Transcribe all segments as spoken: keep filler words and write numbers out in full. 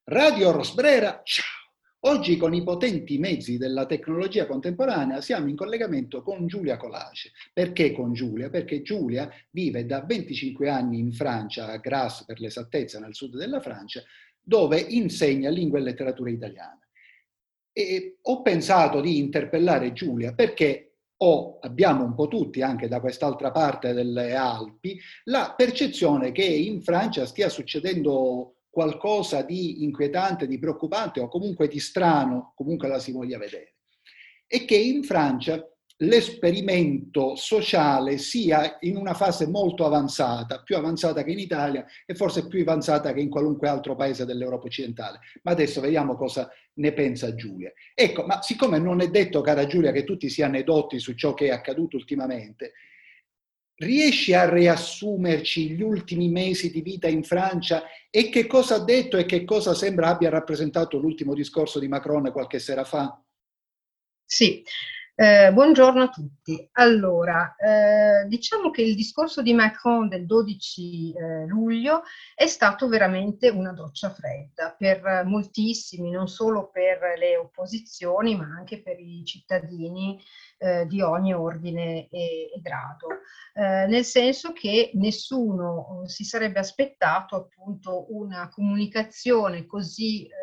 Radio Rosbrera, ciao! Oggi con i potenti mezzi della tecnologia contemporanea siamo in collegamento con Giulia Colace. Perché con Giulia? Perché Giulia vive da venticinque anni in Francia, a Grasse per l'esattezza, nel sud della Francia, dove insegna lingua e letteratura italiana. E ho pensato di interpellare Giulia perché ho, abbiamo un po' tutti, anche da quest'altra parte delle Alpi, la percezione che in Francia stia succedendo qualcosa di inquietante, di preoccupante o comunque di strano, comunque la si voglia vedere. E che in Francia l'esperimento sociale sia in una fase molto avanzata, più avanzata che in Italia e forse più avanzata che in qualunque altro paese dell'Europa occidentale. Ma adesso vediamo cosa ne pensa Giulia. Ecco, ma siccome non è detto, cara Giulia, che tutti siano edotti su ciò che è accaduto ultimamente, riesci a riassumerci gli ultimi mesi di vita in Francia e che cosa ha detto e che cosa sembra abbia rappresentato l'ultimo discorso di Macron qualche sera fa? Sì, eh, buongiorno a tutti. Allora, eh, diciamo che il discorso di Macron del dodici eh, luglio è stato veramente una doccia fredda per moltissimi, non solo per le opposizioni, ma anche per i cittadini eh, di ogni ordine e, e grado. Eh, nel senso che nessuno eh, si sarebbe aspettato appunto una comunicazione così eh,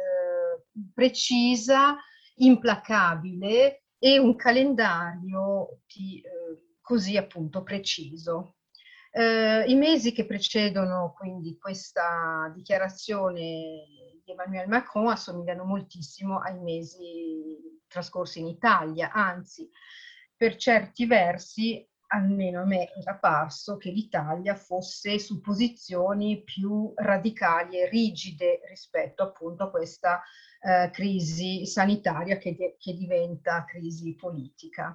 precisa, implacabile e un calendario di, eh, così appunto preciso. Eh, I mesi che precedono quindi questa dichiarazione di Emmanuel Macron assomigliano moltissimo ai mesi trascorsi in Italia, anzi, per certi versi, almeno a me era parso che l'Italia fosse su posizioni più radicali e rigide rispetto appunto a questa eh, crisi sanitaria che, che diventa crisi politica.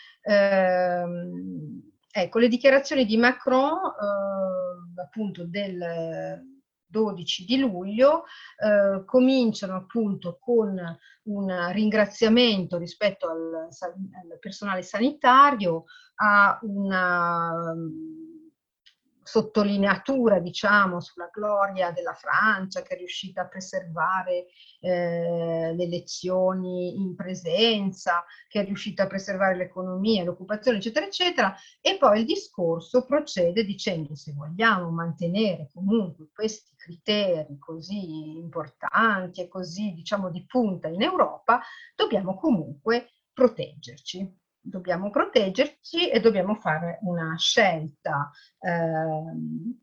Ehm, ecco, le dichiarazioni di Macron, eh, appunto del dodici di luglio, eh, cominciano appunto con un ringraziamento rispetto al, al personale sanitario, a una sottolineatura, diciamo, sulla gloria della Francia che è riuscita a preservare eh, le elezioni in presenza, che è riuscita a preservare l'economia, l'occupazione, eccetera, eccetera. E poi il discorso procede dicendo: se vogliamo mantenere comunque questi criteri così importanti e così, diciamo, di punta in Europa, dobbiamo comunque proteggerci. Dobbiamo proteggerci e dobbiamo fare una scelta eh,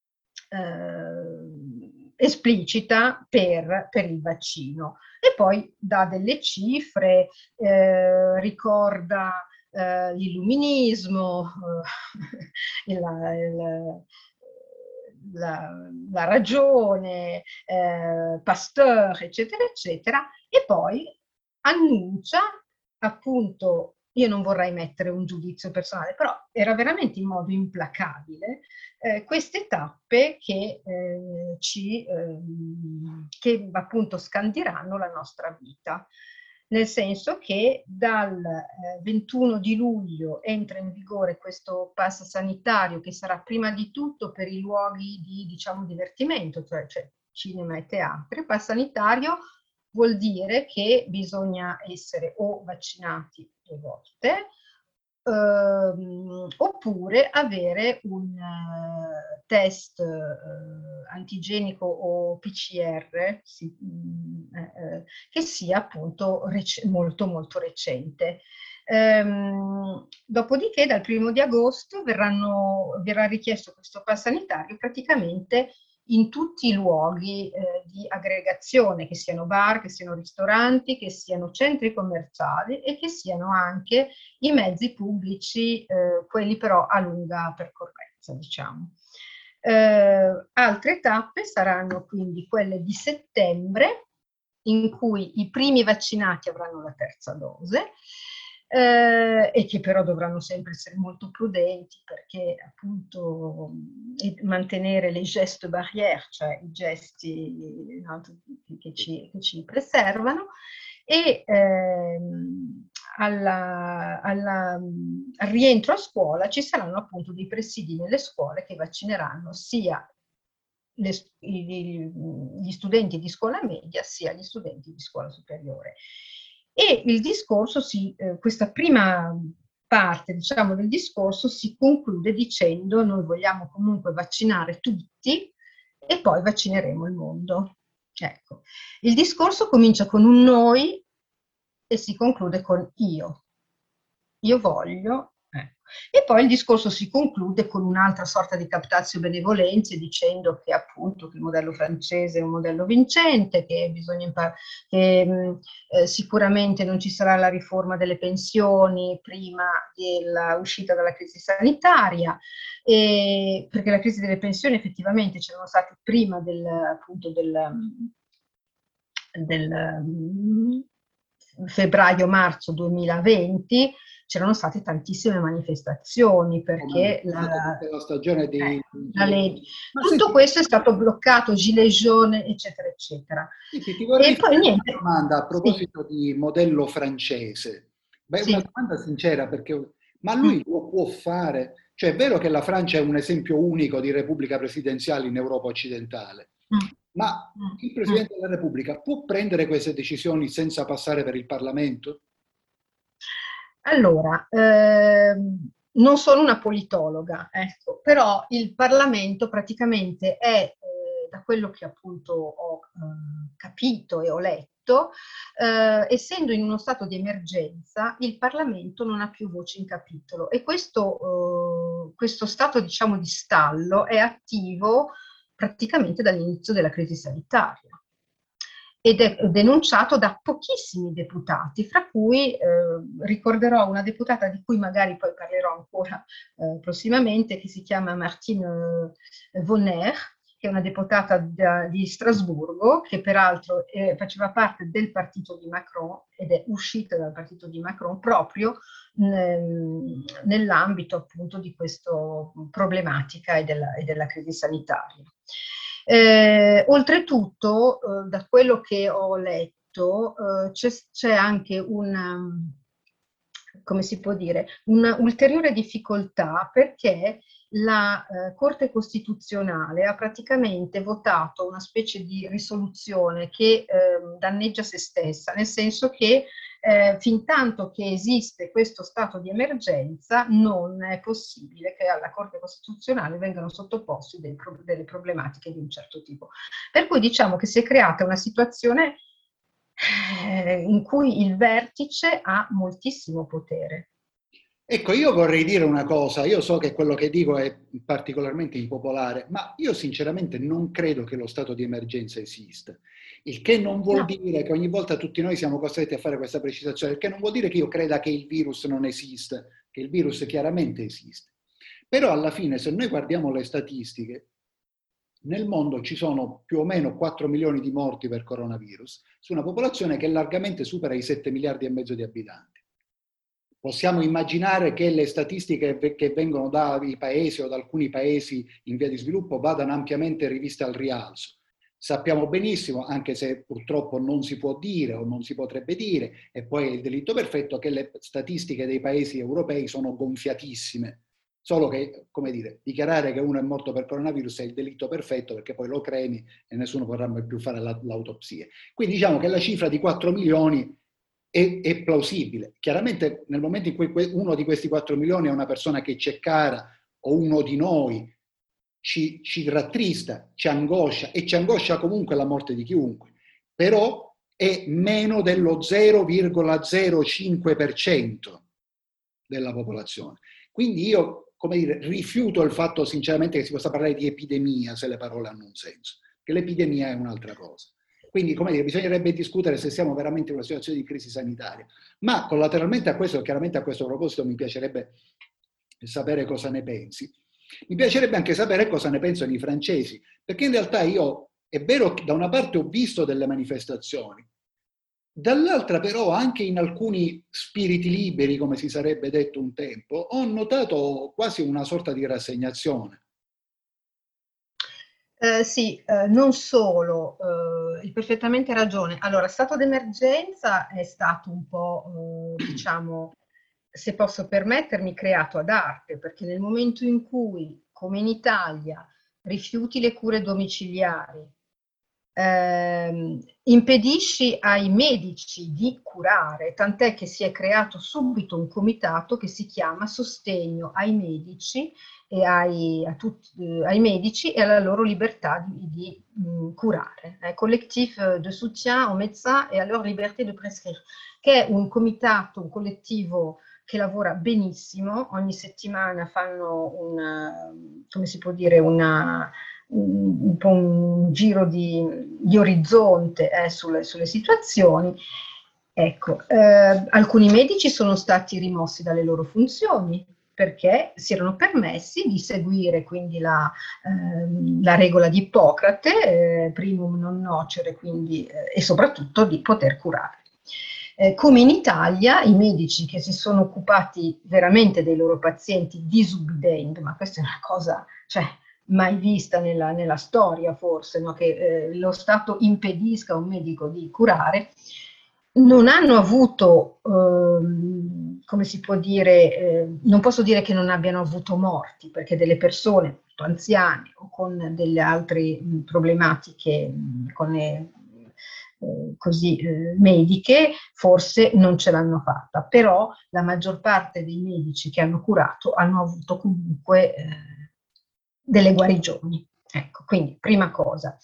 eh, esplicita per, per il vaccino. E poi dà delle cifre, eh, ricorda eh, l'illuminismo, eh, il, il, la, la ragione, eh, Pasteur, eccetera, eccetera, e poi annuncia appunto, io non vorrei mettere un giudizio personale, però era veramente in modo implacabile eh, queste tappe che, eh, ci, eh, che appunto scandiranno la nostra vita. Nel senso che dal eh, ventuno di luglio entra in vigore questo pass sanitario che sarà prima di tutto per i luoghi di, diciamo, divertimento, cioè, cioè cinema e teatri. Il pass sanitario vuol dire che bisogna essere o vaccinati due volte, ehm, oppure avere un uh, test uh, antigenico o P C R sì, mh, eh, che sia appunto molto molto recente. Ehm, dopodiché dal primo di agosto verranno, verrà richiesto questo pass sanitario praticamente in tutti i luoghi eh, di aggregazione, che siano bar, che siano ristoranti, che siano centri commerciali e che siano anche i mezzi pubblici, eh, quelli però a lunga percorrenza, diciamo. Eh, altre tappe saranno quindi quelle di settembre, in cui i primi vaccinati avranno la terza dose, eh, e che però dovranno sempre essere molto prudenti perché appunto mantenere le gestes barrières, cioè i gesti no, che, ci, che ci preservano, e ehm, alla, alla, al rientro a scuola ci saranno appunto dei presidi nelle scuole che vaccineranno sia le, i, gli studenti di scuola media sia gli studenti di scuola superiore. E il discorso, si, eh, questa prima parte, diciamo, del discorso si conclude dicendo: noi vogliamo comunque vaccinare tutti e poi vaccineremo il mondo. Ecco, il discorso comincia con un noi e si conclude con io. Io voglio. Ecco. E poi il discorso si conclude con un'altra sorta di captatio benevolenze, dicendo che appunto che il modello francese è un modello vincente, che bisogna imparare, che mh, eh, sicuramente non ci sarà la riforma delle pensioni prima dell'uscita dalla crisi sanitaria, e, perché la crisi delle pensioni effettivamente c'erano state prima del, appunto del, del um, febbraio-marzo duemilaventi, c'erano state tantissime manifestazioni perché oh, la, la stagione di... eh, la legge, tutto senti, questo è stato bloccato, gilet jaune, eccetera, eccetera. senti, ti vorrei E poi fare niente. una domanda a proposito Sì. di modello francese. Beh, una Sì. domanda sincera, perché, ma lui lo può fare? Cioè, è vero che la Francia è un esempio unico di repubblica presidenziale in Europa occidentale, Mm. ma Mm. il Presidente della Repubblica può prendere queste decisioni senza passare per il Parlamento? Allora, ehm, non sono una politologa, ecco, però il Parlamento praticamente è, eh, da quello che appunto ho eh, capito e ho letto, eh, essendo in uno stato di emergenza, il Parlamento non ha più voce in capitolo e questo, eh, questo stato, diciamo, di stallo è attivo praticamente dall'inizio della crisi sanitaria. Ed è denunciato da pochissimi deputati, fra cui eh, ricorderò una deputata di cui magari poi parlerò ancora eh, prossimamente, che si chiama Martine Vonner, che è una deputata da, di Strasburgo, che peraltro eh, faceva parte del partito di Macron ed è uscita dal partito di Macron proprio nel, nell'ambito appunto di questa problematica e della, e della crisi sanitaria. Eh, oltretutto, eh, da quello che ho letto, eh, c'è anche una, come si può dire, una ulteriore difficoltà perché la eh, Corte Costituzionale ha praticamente votato una specie di risoluzione che eh, danneggia se stessa, nel senso che eh, fin tanto che esiste questo stato di emergenza non è possibile che alla Corte Costituzionale vengano sottoposti dei pro- delle problematiche di un certo tipo. Per cui diciamo che si è creata una situazione eh, in cui il vertice ha moltissimo potere. Ecco, io vorrei dire una cosa, io so che quello che dico è particolarmente impopolare, ma io sinceramente non credo che lo stato di emergenza esista. Il che non vuol No. dire che ogni volta tutti noi siamo costretti a fare questa precisazione, il che non vuol dire che io creda che il virus non esista, che il virus chiaramente esiste. Però alla fine, se noi guardiamo le statistiche, nel mondo ci sono più o meno quattro milioni di morti per coronavirus, su una popolazione che largamente supera i sette miliardi e mezzo di abitanti. Possiamo immaginare che le statistiche che vengono dai paesi o da alcuni paesi in via di sviluppo vadano ampiamente riviste al rialzo. Sappiamo benissimo, anche se purtroppo non si può dire o non si potrebbe dire, e poi è il delitto perfetto, che le statistiche dei paesi europei sono gonfiatissime. Solo che, come dire, dichiarare che uno è morto per coronavirus è il delitto perfetto perché poi lo cremi e nessuno potrà mai più fare l'autopsia. Quindi diciamo che la cifra di quattro milioni È, è plausibile. Chiaramente nel momento in cui uno di questi quattro milioni è una persona che ci è cara o uno di noi ci, ci rattrista, ci angoscia e ci angoscia comunque la morte di chiunque, però è meno dello zero virgola zero cinque per cento della popolazione. Quindi io, come dire, rifiuto il fatto sinceramente che si possa parlare di epidemia se le parole hanno un senso, che l'epidemia è un'altra cosa. Quindi, come dire, bisognerebbe discutere se siamo veramente in una situazione di crisi sanitaria. Ma collateralmente a questo, chiaramente a questo proposito, mi piacerebbe sapere cosa ne pensi. Mi piacerebbe anche sapere cosa ne pensano i francesi, perché in realtà io, è vero che da una parte ho visto delle manifestazioni, dall'altra però anche in alcuni spiriti liberi, come si sarebbe detto un tempo, ho notato quasi una sorta di rassegnazione. Eh, sì, eh, non solo, eh, hai perfettamente ragione. Allora, stato d'emergenza è stato un po', eh, diciamo, se posso permettermi, creato ad arte, perché nel momento in cui, come in Italia, rifiuti le cure domiciliari, eh, impedisci ai medici di curare, tant'è che si è creato subito un comitato che si chiama Sostegno ai medici e ai, a tutti, eh, ai medici e alla loro libertà di, di mh, curare. Eh, Collectif de soutien aux médecins et à leur liberté de prescrire, che è un comitato, un collettivo che lavora benissimo. Ogni settimana fanno una, come si può dire, una, un, un po' un giro di, di orizzonte eh, sulle, sulle situazioni. Ecco, eh, alcuni medici sono stati rimossi dalle loro funzioni perché si erano permessi di seguire quindi la, eh, la regola di Ippocrate, eh, primum non nocere, quindi, eh, e soprattutto di poter curare. Eh, come in Italia, i medici che si sono occupati veramente dei loro pazienti disubbidendo, ma questa è una cosa, cioè, mai vista nella, nella storia forse, no? Che eh, lo Stato impedisca a un medico di curare, non hanno avuto, eh, come si può dire, eh, non posso dire che non abbiano avuto morti, perché delle persone molto anziane o con delle altre mh, problematiche mh, con le, eh, così, eh, mediche, forse non ce l'hanno fatta, però la maggior parte dei medici che hanno curato hanno avuto comunque eh, delle guarigioni. Ecco, quindi prima cosa.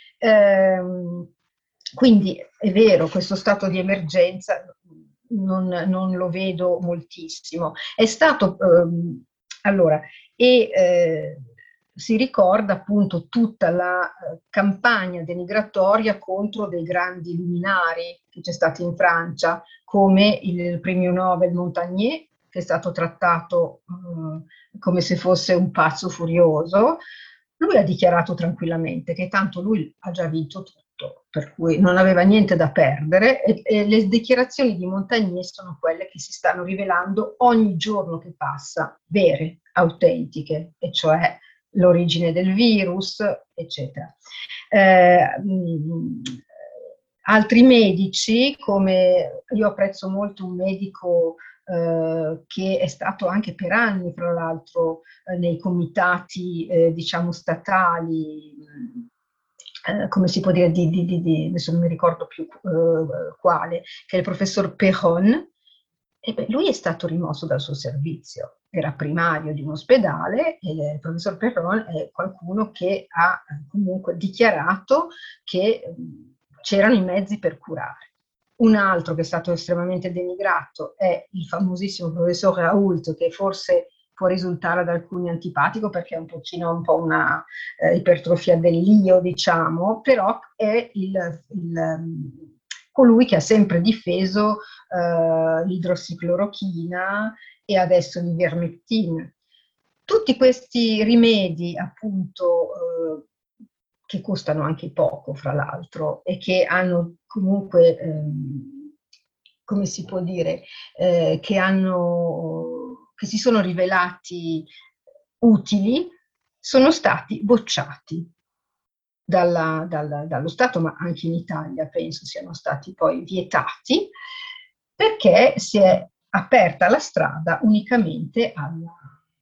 Ehm, quindi è vero, questo stato di emergenza non, non lo vedo moltissimo. È stato, ehm, allora, e eh, si ricorda appunto tutta la eh, campagna denigratoria contro dei grandi luminari che c'è stata in Francia, come il premio Nobel Montagnier, che è stato trattato eh, come se fosse un pazzo furioso. Lui ha dichiarato tranquillamente che tanto lui ha già vinto tutto, per cui non aveva niente da perdere, e, e le dichiarazioni di Montagnier sono quelle che si stanno rivelando ogni giorno che passa, vere, autentiche, e cioè l'origine del virus, eccetera. Eh, mh, altri medici, come io apprezzo molto un medico eh, che è stato anche per anni, fra l'altro, eh, nei comitati, eh, diciamo, statali, eh, come si può dire, di, di, di, di, adesso non mi ricordo più eh, quale, che è il professor Perron. E beh, lui è stato rimosso dal suo servizio, era primario di un ospedale e il professor Perron è qualcuno che ha comunque dichiarato che c'erano i mezzi per curare. Un altro che è stato estremamente denigrato è il famosissimo professor Raoult, che forse può risultare ad alcuni antipatico perché è un pochino un po' una eh, ipertrofia dell'io, diciamo, però è il, il, colui che ha sempre difeso eh, l'idrossiclorochina e adesso l'ivermectin. Tutti questi rimedi, appunto, eh, che costano anche poco, fra l'altro, e che hanno comunque, ehm, come si può dire, eh, che, hanno, che si sono rivelati utili, sono stati bocciati dalla, dalla, dallo Stato, ma anche in Italia penso siano stati poi vietati, perché si è aperta la strada unicamente alla,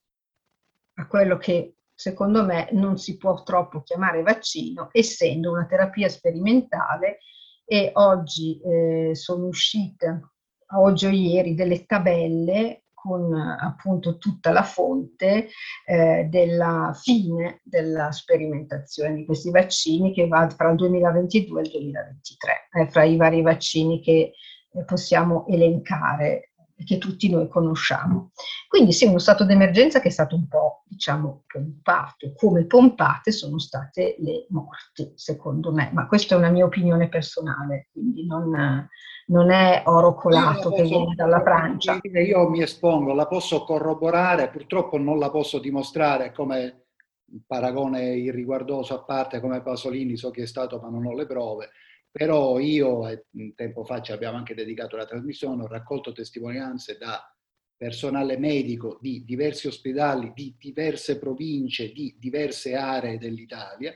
a quello che secondo me non si può troppo chiamare vaccino, essendo una terapia sperimentale, e oggi eh, sono uscite, oggi o ieri, delle tabelle con appunto tutta la fonte eh, della fine della sperimentazione di questi vaccini, che va fra il duemilaventidue e il duemilaventitré, eh, fra i vari vaccini che eh, possiamo elencare, che tutti noi conosciamo. Quindi sì, uno stato d'emergenza che è stato un po', diciamo, pompato, come pompate sono state le morti, secondo me, ma questa è una mia opinione personale, quindi non, non è oro colato che viene dalla Francia. Io mi espongo, la posso corroborare, purtroppo non la posso dimostrare, come paragone irriguardoso a parte, come Pasolini, so chi è stato ma non ho le prove. Però io, un tempo fa ci abbiamo anche dedicato la trasmissione, ho raccolto testimonianze da personale medico di diversi ospedali, di diverse province, di diverse aree dell'Italia,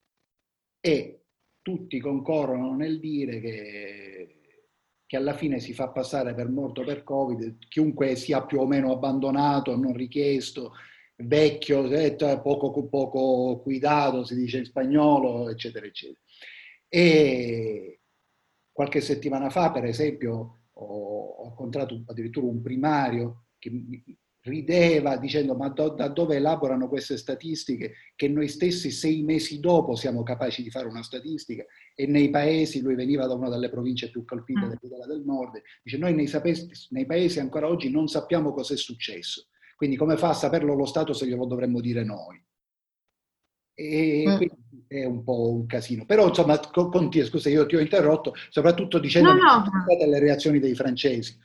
e tutti concorrono nel dire che, che alla fine si fa passare per morto per Covid chiunque sia più o meno abbandonato, non richiesto, vecchio, eh, poco, poco cuidato, si dice in spagnolo, eccetera, eccetera. E qualche settimana fa, per esempio, ho, ho incontrato addirittura un primario che rideva dicendo: ma do, da dove elaborano queste statistiche che noi stessi sei mesi dopo siamo capaci di fare una statistica? E nei paesi, lui veniva da una delle province più colpite dell'Italia del Nord, dice: noi nei, sapesti, nei paesi ancora oggi non sappiamo cosa è successo, quindi come fa a saperlo lo Stato se glielo dovremmo dire noi? E quindi è un po' un casino. Però insomma, continua, scusa, io ti ho interrotto, soprattutto dicendomi no, no. quali sono state le reazioni dei francesi.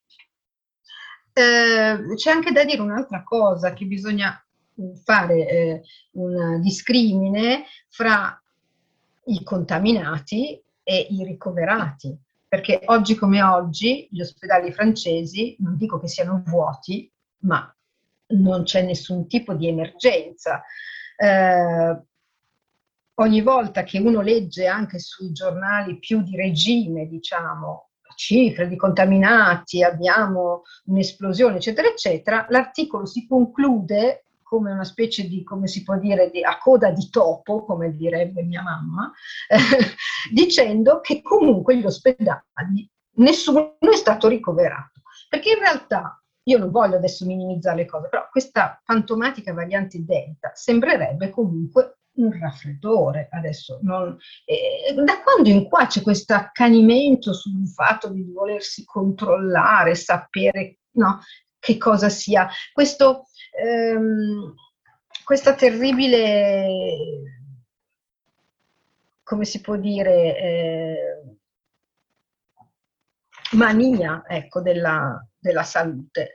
Eh, c'è anche da dire un'altra cosa, che bisogna fare eh, un discrimine fra i contaminati e i ricoverati, perché oggi come oggi gli ospedali francesi, non dico che siano vuoti, ma non c'è nessun tipo di emergenza. Eh, ogni volta che uno legge anche sui giornali più di regime, diciamo, cifre di contaminati, abbiamo un'esplosione, eccetera, eccetera, l'articolo si conclude come una specie di, come si può dire, di, a coda di topo, come direbbe mia mamma, eh, dicendo che comunque gli ospedali, nessuno è stato ricoverato. Perché in realtà, io non voglio adesso minimizzare le cose, però questa fantomatica variante Delta sembrerebbe comunque un raffreddore. Adesso non, eh, da quando in qua c'è questo accanimento sul fatto di volersi controllare, sapere, no, che cosa sia questo, ehm, questa terribile, come si può dire, eh, mania, ecco, della, della salute.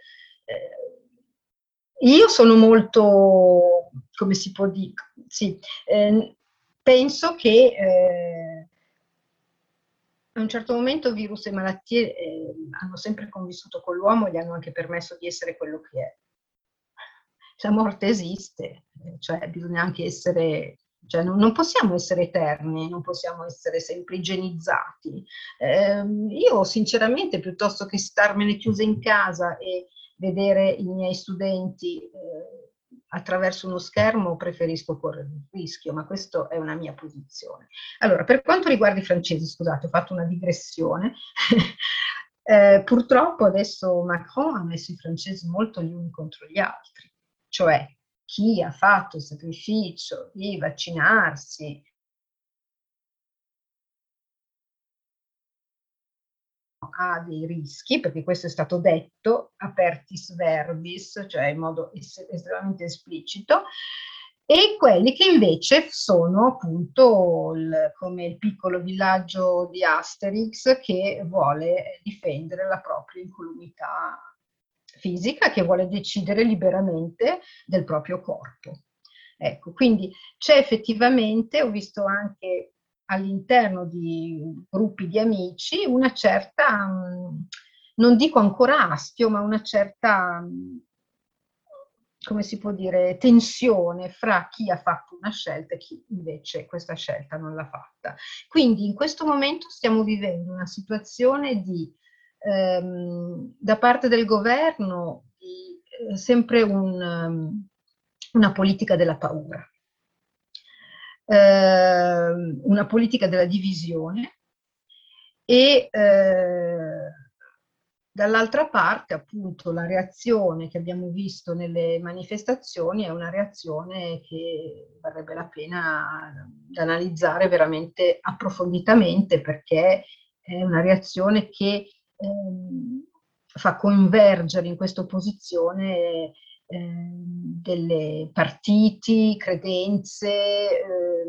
Eh, io sono molto, come si può dire, sì, eh, penso che eh, a un certo momento virus e malattie eh, hanno sempre convissuto con l'uomo e gli hanno anche permesso di essere quello che è. La morte esiste, cioè bisogna anche essere, cioè non, non possiamo essere eterni, non possiamo essere sempre igienizzati. Eh, io sinceramente, piuttosto che starmene chiusa in casa e vedere i miei studenti eh, attraverso uno schermo, preferisco correre il rischio, ma questa è una mia posizione. Allora, per quanto riguarda i francesi, scusate, ho fatto una digressione. eh, purtroppo adesso Macron ha messo i francesi molto gli uni contro gli altri. Cioè chi ha fatto il sacrificio di vaccinarsi ha dei rischi, perché questo è stato detto apertis verbis, cioè in modo es- estremamente esplicito, e quelli che invece sono appunto il, come il piccolo villaggio di Asterix che vuole difendere la propria incolumità fisica, che vuole decidere liberamente del proprio corpo. Ecco, quindi c'è effettivamente, ho visto anche all'interno di gruppi di amici, una certa, non dico ancora astio, ma una certa, come si può dire, tensione fra chi ha fatto una scelta e chi invece questa scelta non l'ha fatta. Quindi in questo momento stiamo vivendo una situazione di Ehm, da parte del governo di, eh, sempre un, um, una politica della paura, eh, una politica della divisione e eh, dall'altra parte appunto la reazione che abbiamo visto nelle manifestazioni è una reazione che varrebbe la pena di analizzare veramente approfonditamente, perché è una reazione che Ehm, fa convergere in questa opposizione eh, delle partiti, credenze, eh,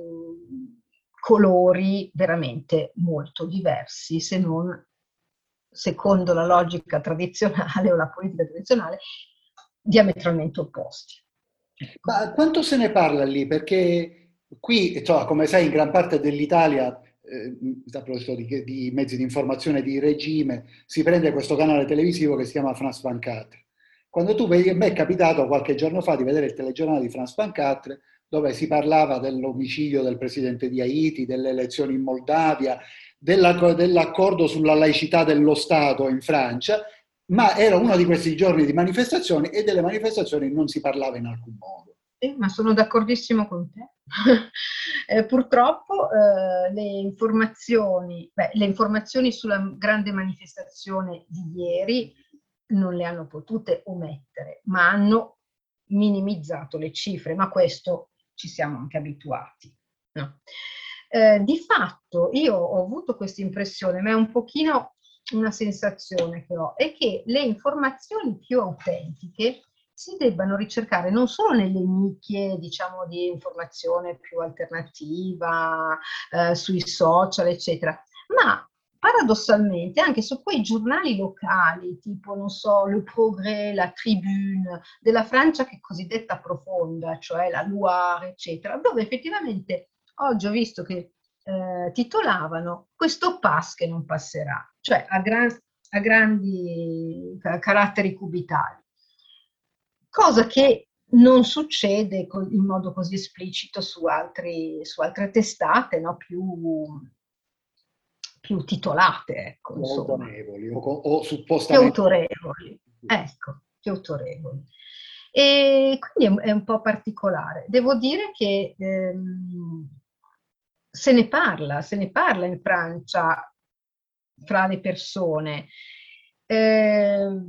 colori veramente molto diversi, se non secondo la logica tradizionale o la politica tradizionale, diametralmente opposti. Ecco. Ma quanto se ne parla lì? Perché qui, cioè, come sai, in gran parte dell'Italia, eh, a proposito di, di mezzi di informazione di regime, si prende questo canale televisivo che si chiama France ventiquattro. Quando tu vedi, a me è capitato qualche giorno fa di vedere il telegiornale di France ventiquattro, dove si parlava dell'omicidio del presidente di Haiti, delle elezioni in Moldavia, dell'accordo sulla laicità dello Stato in Francia, ma era uno di questi giorni di manifestazioni e delle manifestazioni non si parlava in alcun modo. Sì, ma sono d'accordissimo con te. eh, purtroppo eh, le informazioni, beh, le informazioni sulla grande manifestazione di ieri non le hanno potute omettere, ma hanno minimizzato le cifre, ma questo ci siamo anche abituati. No? Eh, di fatto io ho avuto questa impressione, ma è un pochino una sensazione che ho, è che le informazioni più autentiche si debbano ricercare non solo nelle nicchie, diciamo, di informazione più alternativa, eh, sui social, eccetera, ma paradossalmente anche su quei giornali locali, tipo, non so, Le Progrès, La Tribune, della Francia che è cosiddetta profonda, cioè la Loire, eccetera, dove effettivamente oggi ho visto che eh, titolavano "Questo pass che non passerà", cioè a, gran, a grandi a caratteri cubitali. Cosa che non succede in modo così esplicito su, altri, su altre testate, no? più, più titolate, ecco, Più insomma. autorevoli o, o Più suppostamente autorevoli, ecco, più autorevoli. E quindi è un po' particolare. Devo dire che ehm, se ne parla, se ne parla in Francia fra le persone. Eh,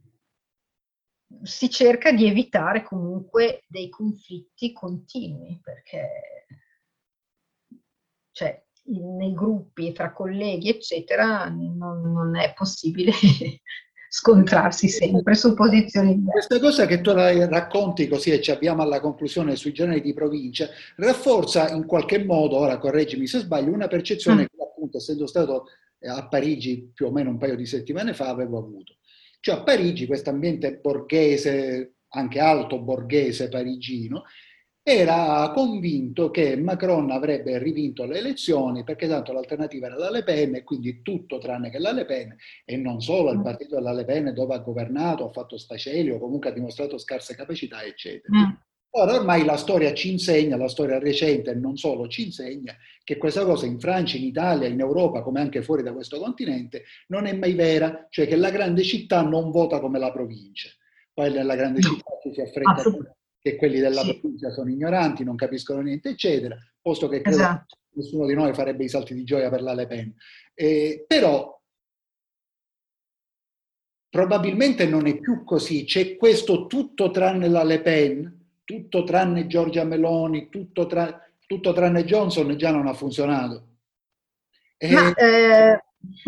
si cerca di evitare comunque dei conflitti continui, perché cioè, nei gruppi tra colleghi, eccetera, non, non è possibile scontrarsi sempre su posizioni diverse. questa cosa che tu racconti così e ci abbiamo alla conclusione sui giornali di provincia, rafforza in qualche modo, ora correggimi se sbaglio, una percezione Mm. che appunto essendo stato a Parigi più o meno un paio di settimane fa avevo avuto. Cioè a Parigi questo ambiente borghese, anche alto borghese parigino, era convinto che Macron avrebbe rivinto le elezioni perché tanto l'alternativa era la Le Pen e quindi tutto tranne che la Le Pen, e non solo il partito della Le Pen dove ha governato, ha fatto sfaceli o comunque ha dimostrato scarse capacità, eccetera. Mm. Ora ormai la storia ci insegna, la storia recente e non solo ci insegna, che questa cosa in Francia, in Italia, in Europa, come anche fuori da questo continente, non è mai vera, cioè che la grande città non vota come la provincia. Poi nella grande No, città ci si affretta assolutamente. che quelli della Sì, provincia sono ignoranti, non capiscono niente, eccetera, posto che credo che esatto. nessuno di noi farebbe i salti di gioia per la Le Pen. Eh, però probabilmente non è più così, c'è questo tutto tranne la Le Pen, tutto tranne Giorgia Meloni, tutto, tra, tutto tranne Johnson già non ha funzionato. Ma E, eh,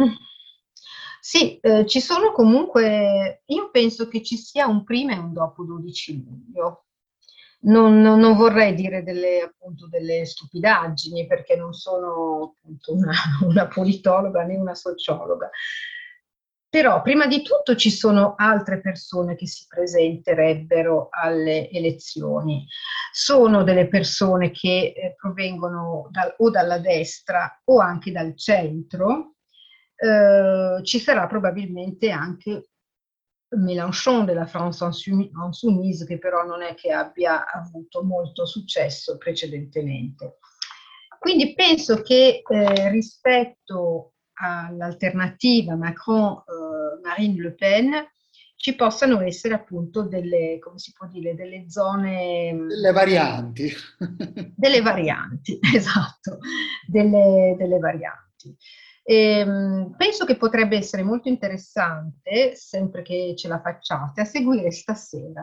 sì, eh, ci sono comunque, io penso che ci sia un prima e un dopo dodici luglio. Non, non- non vorrei dire delle, appunto, delle stupidaggini perché non sono appunto una, una politologa né una sociologa. Però prima di tutto ci sono altre persone che si presenterebbero alle elezioni. Sono delle persone che eh, provengono dal- o dalla destra o anche dal centro. Eh, ci sarà probabilmente anche Mélenchon della France Insoumise, che però non è che abbia avuto molto successo precedentemente. Quindi penso che eh, rispetto all'alternativa Macron-Marine Le Pen ci possano essere appunto delle, come si può dire, delle zone, delle varianti. delle varianti, esatto, delle, delle varianti. Ehm, penso che potrebbe essere molto interessante, sempre che ce la facciate, a seguire stasera,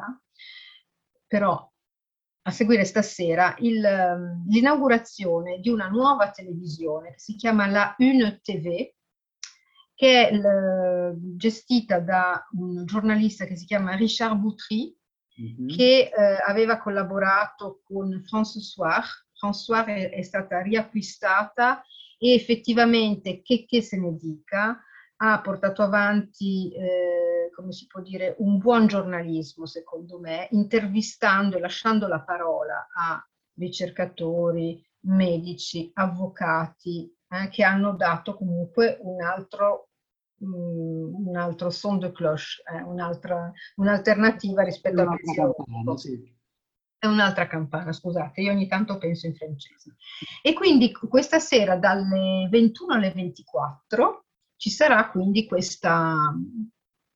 però a seguire stasera il, ehm, l'inaugurazione di una nuova televisione che si chiama la Une T V, che è il, gestita da un giornalista che si chiama Richard Boutry, Mm-hmm. che eh, aveva collaborato con France Soir. France Soir è, è stata riacquistata e effettivamente, che, che se ne dica, ha portato avanti, eh, come si può dire, un buon giornalismo, secondo me, intervistando e lasciando la parola a ricercatori, medici, avvocati, eh, che hanno dato comunque un altro, um, un altro son de cloche, eh, un'altra, un'alternativa È rispetto al un'altra campana, pensiero. sì. È un'altra campana, scusate, io ogni tanto penso in francese. E quindi questa sera dalle ventuno alle ventiquattro ci sarà quindi questa,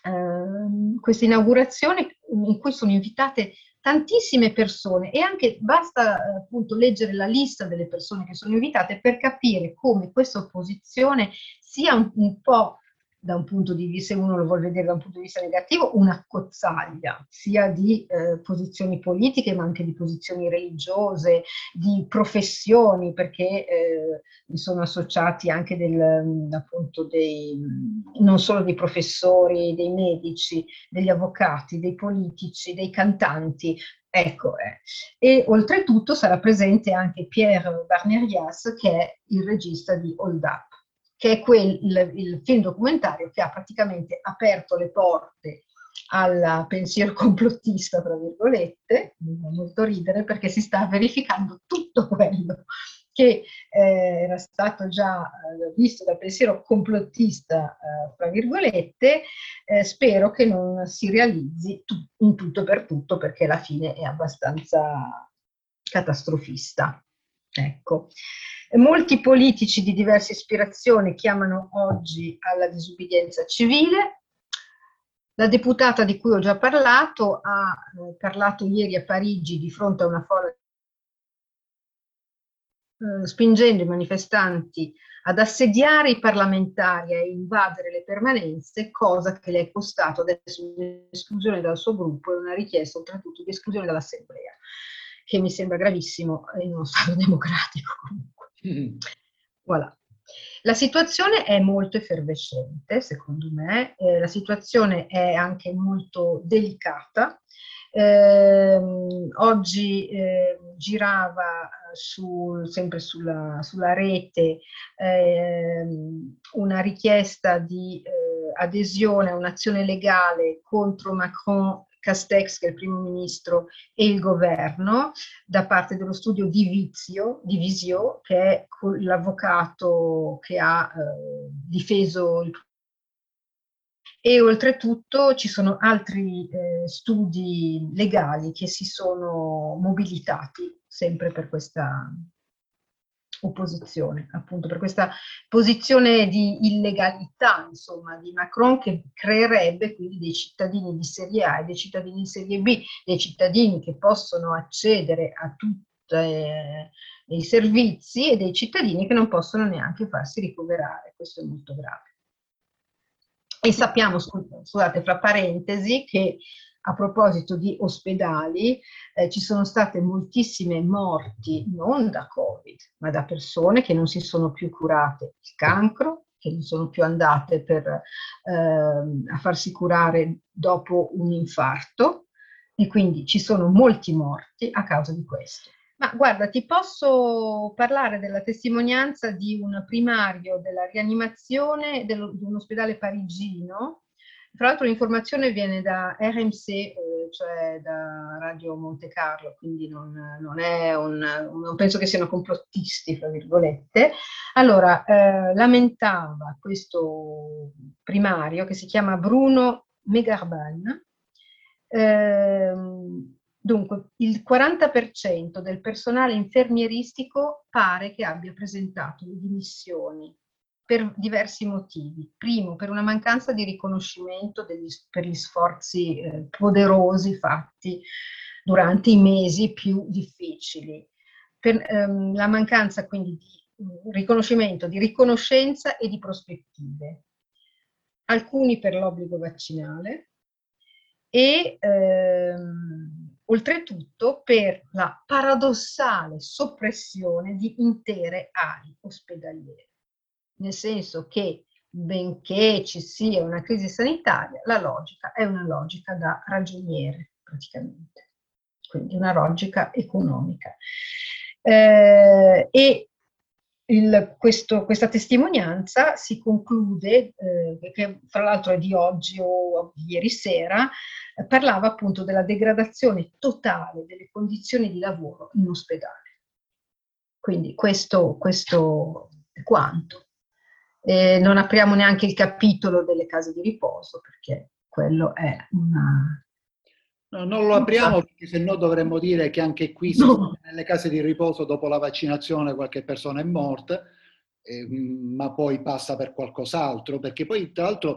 eh, questa inaugurazione in cui sono invitate tantissime persone, e anche basta eh, appunto leggere la lista delle persone che sono invitate per capire come questa opposizione sia un, un po', da un punto di vista, se uno lo vuole vedere da un punto di vista negativo, una cozzaglia, sia di eh, posizioni politiche ma anche di posizioni religiose, di professioni, perché eh, mi sono associati anche del, appunto dei, non solo dei professori, dei medici, degli avvocati, dei politici, dei cantanti. Ecco, eh. E oltretutto sarà presente anche Pierre Barnerias, che è il regista di Hold Up, che è quel, il, il film documentario che ha praticamente aperto le porte al pensiero complottista, tra virgolette. Mi fa molto ridere perché si sta verificando tutto quello che eh, era stato già eh, visto dal pensiero complottista, eh, tra virgolette. Eh, spero che non si realizzi tu, in tutto e per tutto, perché la fine è abbastanza catastrofista. Ecco. Molti politici di diverse ispirazioni chiamano oggi alla disubbidienza civile. La deputata di cui ho già parlato ha eh, parlato ieri a Parigi di fronte a una folla, eh, spingendo i manifestanti ad assediare i parlamentari e invadere le permanenze, cosa che le è costato adesso un'esclusione dal suo gruppo e una richiesta oltretutto di esclusione dall'assemblea, che mi sembra gravissimo in uno Stato democratico comunque. Mm. Voilà. La situazione è molto effervescente, secondo me, eh, la situazione è anche molto delicata. Eh, oggi eh, girava su, sempre sulla, sulla rete eh, una richiesta di eh, adesione a un'azione legale contro Macron, Castex, che è il primo ministro, e il governo, da parte dello studio Divisio, Divisio, che è l'avvocato che ha eh, difeso il. E oltretutto ci sono altri eh, studi legali che si sono mobilitati sempre per questa opposizione, appunto per questa posizione di illegalità, insomma, di Macron, che creerebbe quindi dei cittadini di serie A e dei cittadini di serie B, dei cittadini che possono accedere a tutti eh, i servizi e dei cittadini che non possono neanche farsi ricoverare. Questo è molto grave. E sappiamo, scusate, fra parentesi, che a proposito di ospedali, eh, ci sono state moltissime morti, non da Covid, ma da persone che non si sono più curate il cancro, che non sono più andate per, eh, a farsi curare dopo un infarto, e quindi ci sono molti morti a causa di questo. Ma guarda, ti posso parlare della testimonianza di un primario della rianimazione dello, di un ospedale parigino. Tra l'altro l'informazione viene da R M C, eh, cioè da Radio Monte Carlo, quindi non, non è un, non penso che siano complottisti, fra virgolette. Allora, eh, lamentava questo primario che si chiama Bruno Megarban. Eh, Dunque, il quaranta per cento del personale infermieristico pare che abbia presentato le dimissioni per diversi motivi. Primo, per una mancanza di riconoscimento degli, per gli sforzi eh, poderosi fatti durante i mesi più difficili. Per ehm, la mancanza quindi di um, riconoscimento, di riconoscenza e di prospettive. Alcuni per l'obbligo vaccinale e ehm, oltretutto per la paradossale soppressione di intere aree ospedaliere, nel senso che benché ci sia una crisi sanitaria, la logica è una logica da ragioniere praticamente, quindi una logica economica. Eh, e il, questo, questa testimonianza si conclude, eh, che fra l'altro è di oggi o di ieri sera, eh, parlava appunto della degradazione totale delle condizioni di lavoro in ospedale. Quindi questo, questo è quanto. Eh, non apriamo neanche il capitolo delle case di riposo, perché quello è una... No, non lo apriamo perché se no dovremmo dire che anche qui si no. nelle case di riposo dopo la vaccinazione qualche persona è morta, eh, ma poi passa per qualcos'altro, perché poi tra l'altro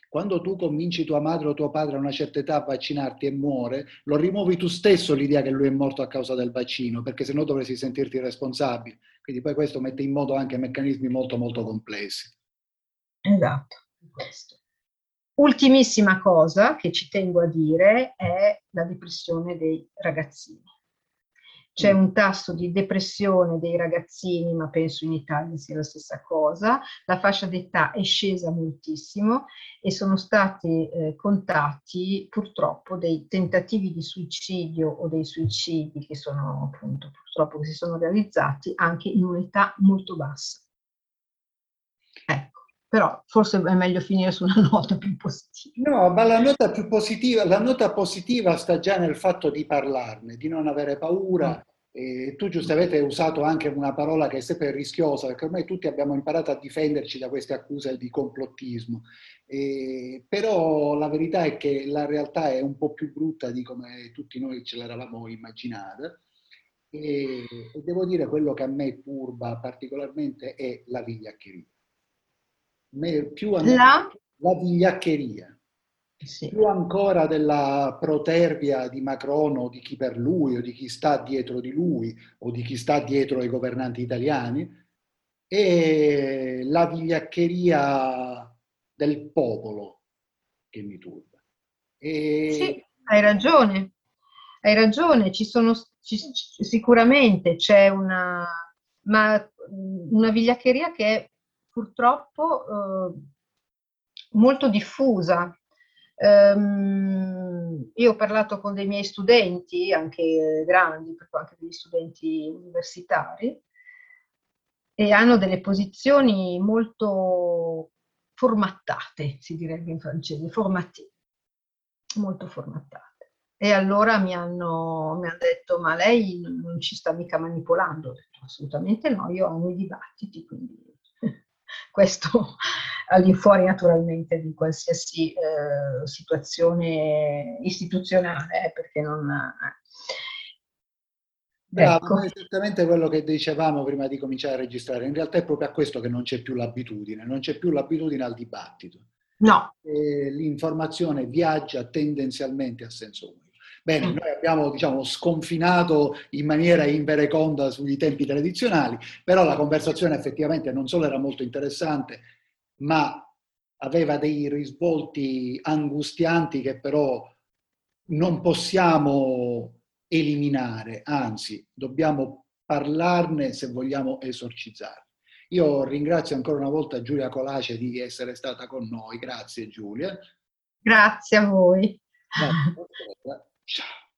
Quando tu convinci tua madre o tuo padre a una certa età a vaccinarti e muore, lo rimuovi tu stesso l'idea che lui è morto a causa del vaccino, perché sennò dovresti sentirti responsabile. Quindi poi questo mette in moto anche meccanismi molto molto complessi. Esatto, questo. Ultimissima cosa che ci tengo a dire è la depressione dei ragazzini. C'è un tasso di depressione dei ragazzini, ma penso in Italia sia la stessa cosa. La fascia d'età è scesa moltissimo e sono stati eh, contati purtroppo dei tentativi di suicidio o dei suicidi che sono appunto purtroppo che si sono realizzati anche in un'età molto bassa. Ecco. Però forse è meglio finire su una nota più positiva. No, ma la nota più positiva, la nota positiva sta già nel fatto di parlarne, di non avere paura. E tu giustamente hai usato anche una parola che è sempre rischiosa, perché ormai tutti abbiamo imparato a difenderci da queste accuse di complottismo. E, però la verità è che la realtà è un po' più brutta di come tutti noi ce l'eravamo immaginata. E, e devo dire quello che a me turba particolarmente è la vigliaccheria. Me- più a me La? la vigliaccheria, Sì. più ancora della protervia di Macron o di chi per lui o di chi sta dietro di lui o di chi sta dietro ai governanti italiani, e la vigliaccheria del popolo che mi turba. Sì, E hai ragione, hai ragione, ci sono ci- ci- sicuramente c'è una, ma, una vigliaccheria che è purtroppo eh, molto diffusa. Ehm, io ho parlato con dei miei studenti, anche grandi, proprio anche degli studenti universitari, e hanno delle posizioni molto formattate, si direbbe in francese, formative, molto formattate. E allora mi hanno, mi hanno detto, ma lei non ci sta mica manipolando? Ho detto, assolutamente no, io amo i dibattiti, quindi questo all'infuori naturalmente di qualsiasi eh, situazione istituzionale, eh, perché non... Eh. bravo, Ecco. ma è esattamente quello che dicevamo prima di cominciare a registrare. In realtà è proprio a questo che non c'è più l'abitudine, non c'è più l'abitudine al dibattito. No. E l'informazione viaggia tendenzialmente a senso unico. Bene, Mm. noi abbiamo, diciamo, sconfinato in maniera invereconda sui tempi tradizionali, però la conversazione effettivamente non solo era molto interessante, ma aveva dei risvolti angustianti che però non possiamo eliminare, anzi, dobbiamo parlarne se vogliamo esorcizzarli. Io ringrazio ancora una volta Giulia Colace di essere stata con noi. Grazie Giulia. Grazie a voi. Grazie. Ciao.